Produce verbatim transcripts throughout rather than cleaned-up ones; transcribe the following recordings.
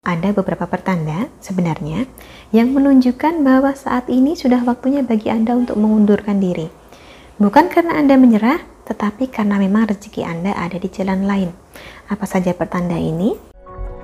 Ada beberapa pertanda sebenarnya yang menunjukkan bahwa saat ini sudah waktunya bagi Anda untuk mengundurkan diri. Bukan karena Anda menyerah, tetapi karena memang rezeki Anda ada di jalan lain. Apa saja pertanda ini?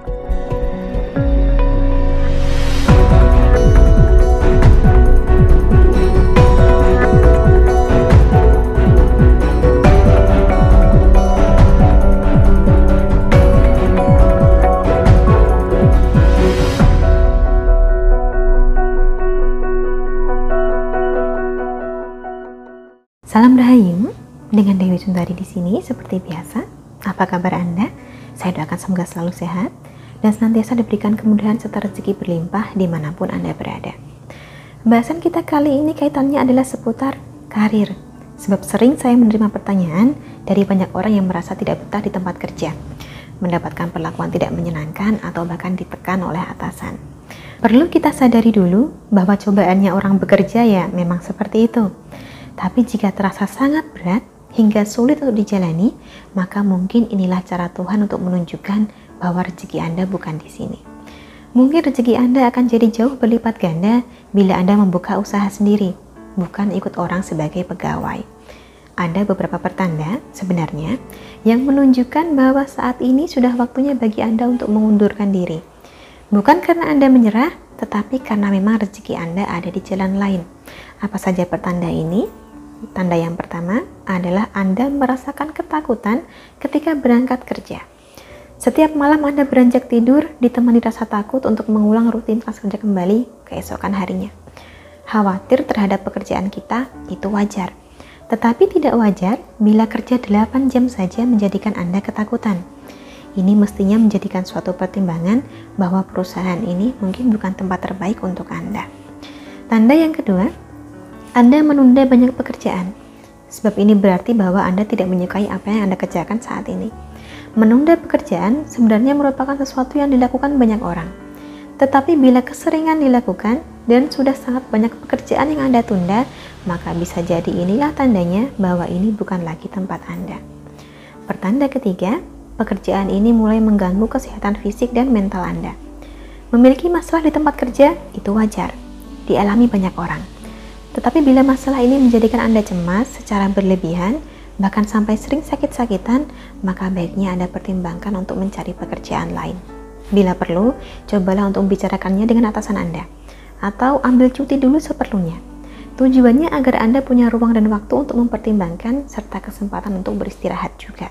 Salam Rahayu, dengan Dewi Sundari di sini seperti biasa. Apa kabar Anda? Saya doakan semoga selalu sehat dan senantiasa diberikan kemudahan serta rezeki berlimpah dimanapun Anda berada. Bahasan kita kali ini kaitannya adalah seputar karir. Sebab sering saya menerima pertanyaan dari banyak orang yang merasa tidak betah di tempat kerja, mendapatkan perlakuan tidak menyenangkan atau bahkan ditekan oleh atasan. Perlu kita sadari dulu bahwa cobaannya orang bekerja ya memang seperti itu. Tapi jika terasa sangat berat hingga sulit untuk dijalani, maka mungkin inilah cara Tuhan untuk menunjukkan bahwa rezeki Anda bukan di sini. Mungkin rezeki Anda akan jadi jauh berlipat ganda bila Anda membuka usaha sendiri, bukan ikut orang sebagai pegawai. Ada beberapa pertanda sebenarnya yang menunjukkan bahwa saat ini sudah waktunya bagi Anda untuk mengundurkan diri. Bukan karena Anda menyerah, tetapi karena memang rezeki Anda ada di jalan lain. Apa saja pertanda ini? Tanda yang pertama adalah Anda merasakan ketakutan ketika berangkat kerja. Setiap malam Anda beranjak tidur ditemani rasa takut untuk mengulang rutinitas kerja kembali keesokan harinya. Khawatir terhadap pekerjaan kita itu wajar. Tetapi tidak wajar bila kerja delapan jam saja menjadikan Anda ketakutan. Ini mestinya menjadikan suatu pertimbangan bahwa perusahaan ini mungkin bukan tempat terbaik untuk Anda. Tanda yang kedua, Anda menunda banyak pekerjaan. Sebab ini berarti bahwa Anda tidak menyukai apa yang Anda kerjakan saat ini. Menunda pekerjaan sebenarnya merupakan sesuatu yang dilakukan banyak orang. Tetapi bila keseringan dilakukan dan sudah sangat banyak pekerjaan yang Anda tunda, maka bisa jadi inilah tandanya bahwa ini bukan lagi tempat Anda. Pertanda ketiga, pekerjaan ini mulai mengganggu kesehatan fisik dan mental Anda. Memiliki masalah di tempat kerja itu wajar, dialami banyak orang. Tetapi bila masalah ini menjadikan Anda cemas secara berlebihan, bahkan sampai sering sakit-sakitan, maka baiknya Anda pertimbangkan untuk mencari pekerjaan lain. Bila perlu, cobalah untuk membicarakannya dengan atasan Anda, atau ambil cuti dulu seperlunya. Tujuannya agar Anda punya ruang dan waktu untuk mempertimbangkan, serta kesempatan untuk beristirahat juga.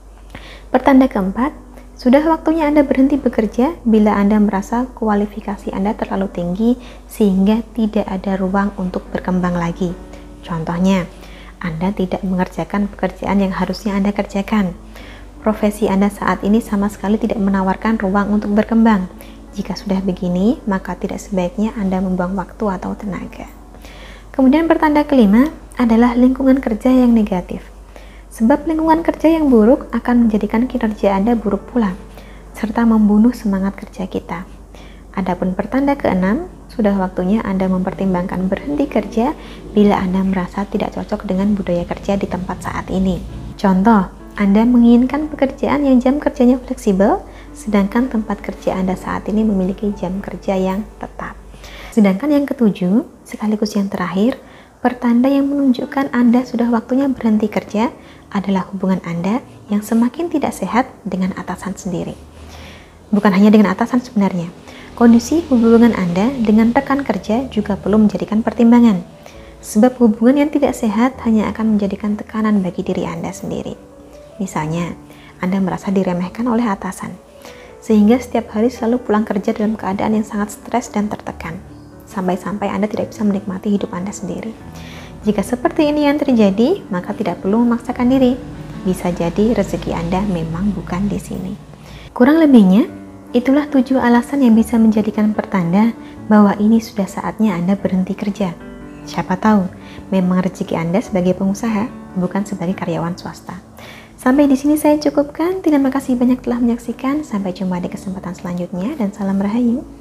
Pertanda keempat, sudah waktunya Anda berhenti bekerja bila Anda merasa kualifikasi Anda terlalu tinggi sehingga tidak ada ruang untuk berkembang lagi. Contohnya, Anda tidak mengerjakan pekerjaan yang harusnya Anda kerjakan. Profesi Anda saat ini sama sekali tidak menawarkan ruang untuk berkembang. Jika sudah begini, maka tidak sebaiknya Anda membuang waktu atau tenaga. Kemudian pertanda kelima adalah lingkungan kerja yang negatif. Sebab lingkungan kerja yang buruk akan menjadikan kinerja Anda buruk pula, serta membunuh semangat kerja kita. Adapun pertanda keenam, sudah waktunya Anda mempertimbangkan berhenti kerja bila Anda merasa tidak cocok dengan budaya kerja di tempat saat ini. Contoh, Anda menginginkan pekerjaan yang jam kerjanya fleksibel, sedangkan tempat kerja Anda saat ini memiliki jam kerja yang tetap. Sedangkan yang ketujuh, sekaligus yang terakhir, pertanda yang menunjukkan Anda sudah waktunya berhenti kerja adalah hubungan Anda yang semakin tidak sehat dengan atasan sendiri. Bukan hanya dengan atasan sebenarnya, kondisi hubungan Anda dengan rekan kerja juga perlu menjadikan pertimbangan. Sebab hubungan yang tidak sehat hanya akan menjadikan tekanan bagi diri Anda sendiri. Misalnya, Anda merasa diremehkan oleh atasan, sehingga setiap hari selalu pulang kerja dalam keadaan yang sangat stres dan tertekan. Sampai-sampai Anda tidak bisa menikmati hidup Anda sendiri. Jika seperti ini yang terjadi, maka tidak perlu memaksakan diri. Bisa jadi rezeki Anda memang bukan di sini. Kurang lebihnya, itulah tujuh alasan yang bisa menjadikan pertanda bahwa ini sudah saatnya Anda berhenti kerja. Siapa tahu, memang rezeki Anda sebagai pengusaha, bukan sebagai karyawan swasta. Sampai di sini saya cukupkan. Terima kasih banyak telah menyaksikan. Sampai jumpa di kesempatan selanjutnya dan salam Rahayu.